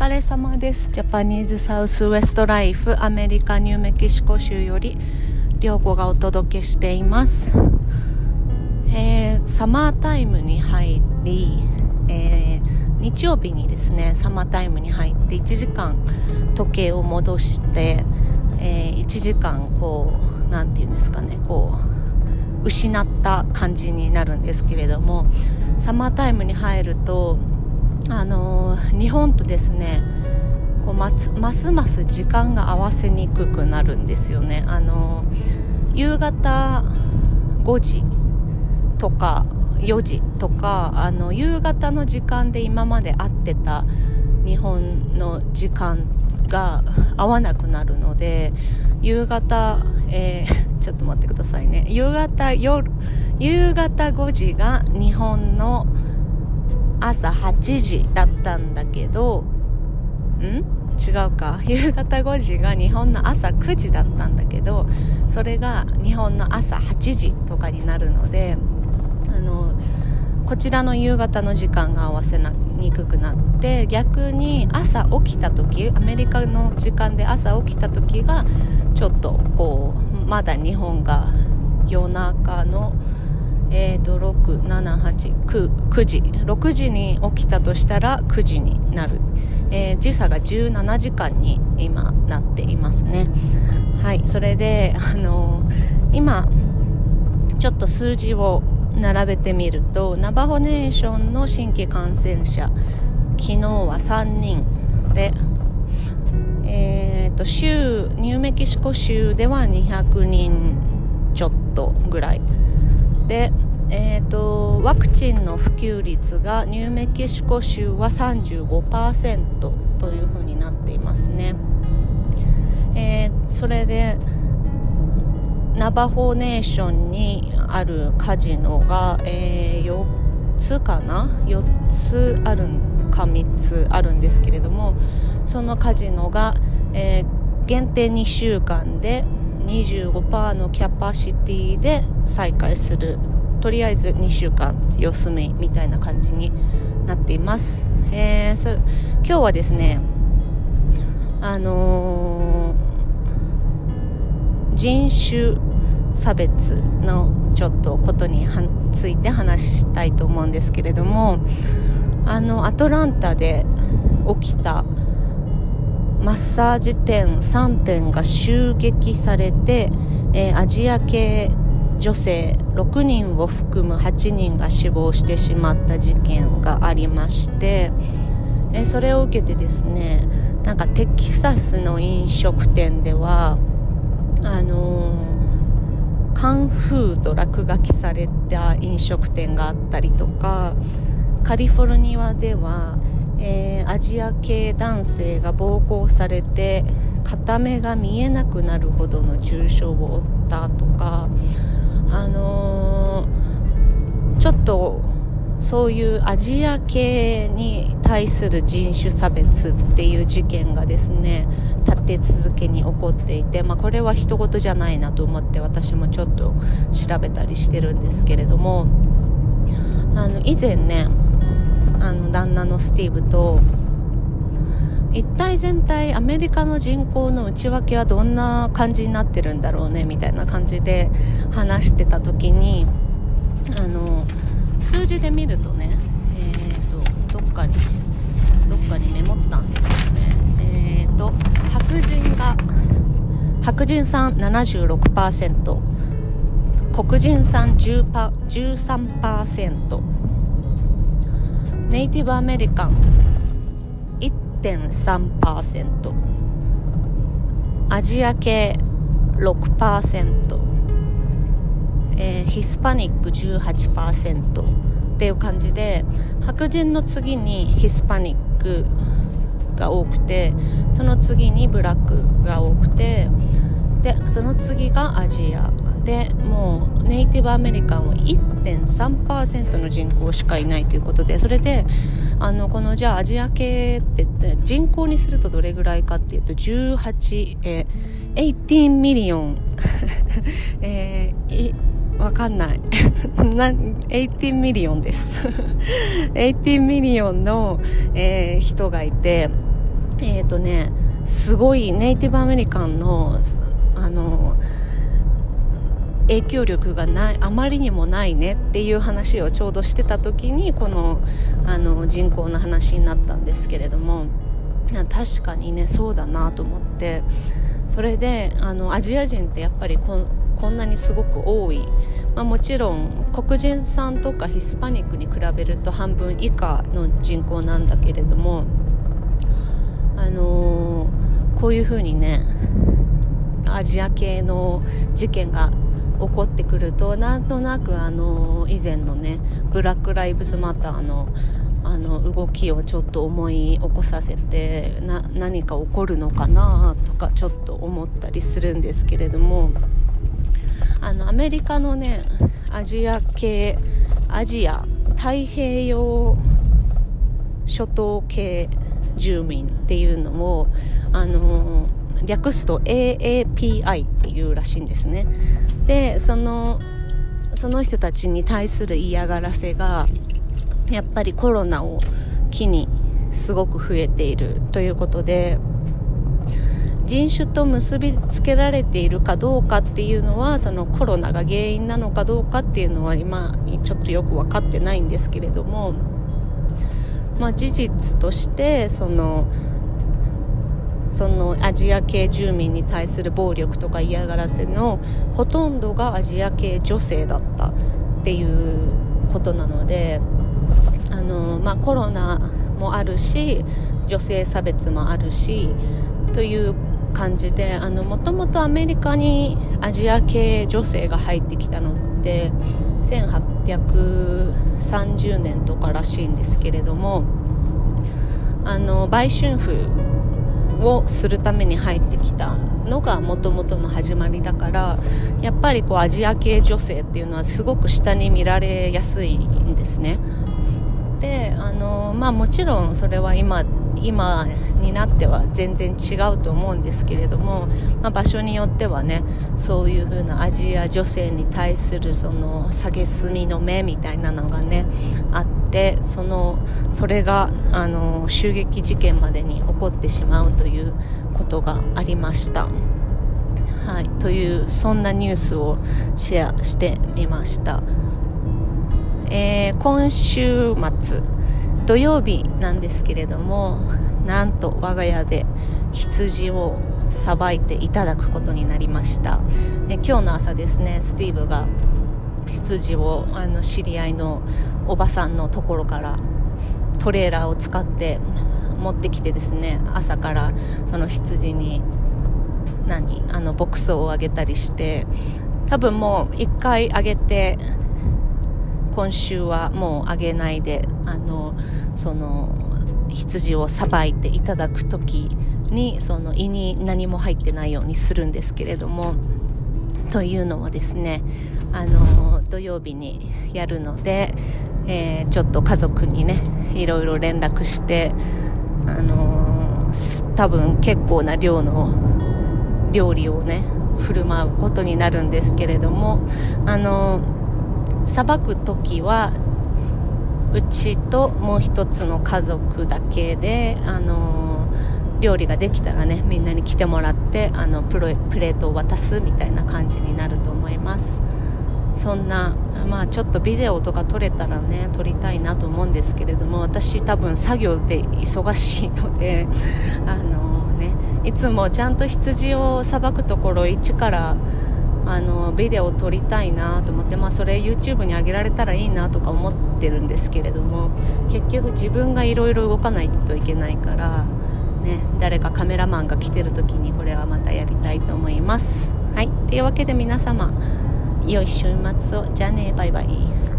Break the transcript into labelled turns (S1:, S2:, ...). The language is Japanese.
S1: 疲れ様です。ジャパニーズサウスウエストライフアメリカニューメキシコ州より涼子がお届けしています。サマータイムに入り、日曜日にですねサマータイムに入って1時間時計を戻して、1時間なんていうんですかね失った感じになるんですけれども、サマータイムに入ると日本とですねますます時間が合わせにくくなるんですよね。夕方5時とか4時とか夕方の時間で今まで会ってた日本の時間が合わなくなるので、夕方、ちょっと待ってくださいね。夕方5時が日本の朝8時だったんだけど違うか、夕方5時が日本の朝9時だったんだけど、それが日本の朝8時とかになるので、こちらの夕方の時間が合わせにくくなって、逆に朝起きた時、アメリカの時間で朝起きた時がちょっとまだ日本が夜中の6、7、8、9時6時に起きたとしたら9時になる、時差が17時間に今なっていますね。はい、それで今ちょっと数字を並べてみると、ナバホネーションの新規感染者昨日は3人で、ニューメキシコ州では200人ちょっとぐらいで、ワクチンの普及率がニューメキシコ州は 35% というふうになっていますね。それでナバホネーションにあるカジノが、4つかな4つあるか3つあるんですけれども、そのカジノが、限定2週間で 25% のキャパシティで再開する、とりあえず2週間様子見みたいな感じになっています。今日はですね人種差別のちょっとことについて話したいと思うんですけれども、アトランタで起きたマッサージ店3店が襲撃されて、アジア系女性6人を含む8人が死亡してしまった事件がありまして、それを受けてですね、テキサスの飲食店ではカンフーと落書きされた飲食店があったりとか、カリフォルニアでは、アジア系男性が暴行されて片目が見えなくなるほどの重傷を負ったとか、ちょっとそういうアジア系に対する人種差別っていう事件がですね立て続けに起こっていて、これは人事じゃないなと思って私もちょっと調べたりしてるんですけれども、以前ね旦那のスティーブと一体全体アメリカの人口の内訳はどんな感じになってるんだろうねみたいな感じで話してた時に数字で見るとね、どっかにメモったんですよね。白人さん 76%、 黒人さん 13%、 ネイティブアメリカン 1.3%、 アジア系 6%、ヒスパニック 18% っていう感じで、白人の次にヒスパニックが多くて、その次にブラックが多くて、でその次がアジアで、もうネイティブアメリカンは 1.3% の人口しかいないということで、それでこのじゃあアジア系って人口にするとどれぐらいかっていうと18ミリオンわかんない18ミリオンです18ミリオンの、人がいて、 すごいネイティブアメリカンの影響力があまりにもないねっていう話をちょうどしてた時にこの人口の話になったんですけれども、確かにねそうだなと思って、それでアジア人ってやっぱりこんなにすごく多い、もちろん黒人さんとかヒスパニックに比べると半分以下の人口なんだけれども、こういうふうにねアジア系の事件が起こってくると、なんとなく以前のねブラックライブズマターの動きをちょっと思い起こさせて、何か起こるのかなとかちょっと思ったりするんですけれども、アメリカのねアジア太平洋諸島系住民っていうのを略すと AAPI っていうらしいんですね。でその人たちに対する嫌がらせがやっぱりコロナを機にすごく増えているということで、人種と結びつけられているかどうかっていうのは、そのコロナが原因なのかどうかっていうのは今ちょっとよく分かってないんですけれども、事実としてそのアジア系住民に対する暴力とか嫌がらせのほとんどがアジア系女性だったっていうことなので、コロナもあるし女性差別もあるしという感じで、もともとアメリカにアジア系女性が入ってきたのって1830年とからしいんですけれども、売春婦をするために入ってきたのが元々の始まりだから、やっぱりアジア系女性っていうのはすごく下に見られやすいんですね。でもちろんそれは今になっては全然違うと思うんですけれども、場所によってはねそういう風なアジア女性に対するその蔑みの目みたいなのがねあって、それが襲撃事件までに起こってしまうということがありました。はい、というそんなニュースをシェアしてみました。今週末土曜日なんですけれども、なんと我が家で羊をさばいていただくことになりました。今日の朝ですね、スティーブが羊を知り合いのおばさんのところからトレーラーを使って持ってきてですね、朝からその羊に牧草をあげたりして、多分もう1回あげて今週はもうあげないでその羊をさばいていただくときにその胃に何も入ってないようにするんですけれども、というのをですね土曜日にやるので、ちょっと家族にねいろいろ連絡して多分結構な量の料理をね振る舞うことになるんですけれども、さばくときはうちともう一つの家族だけで料理ができたらねみんなに来てもらってプレートを渡すみたいな感じになると思います。そんなちょっとビデオとか撮れたらね撮りたいなと思うんですけれども、私多分作業で忙しいのでいつもちゃんと羊をさばくところ一からビデオを撮りたいなと思って、それ YouTube に上げられたらいいなとか思ってるんですけれども、結局自分がいろいろ動かないといけないからね、誰かカメラマンが来てる時にこれはまたやりたいと思います。はい、というわけで皆様良い週末を。じゃあね、バイバイ。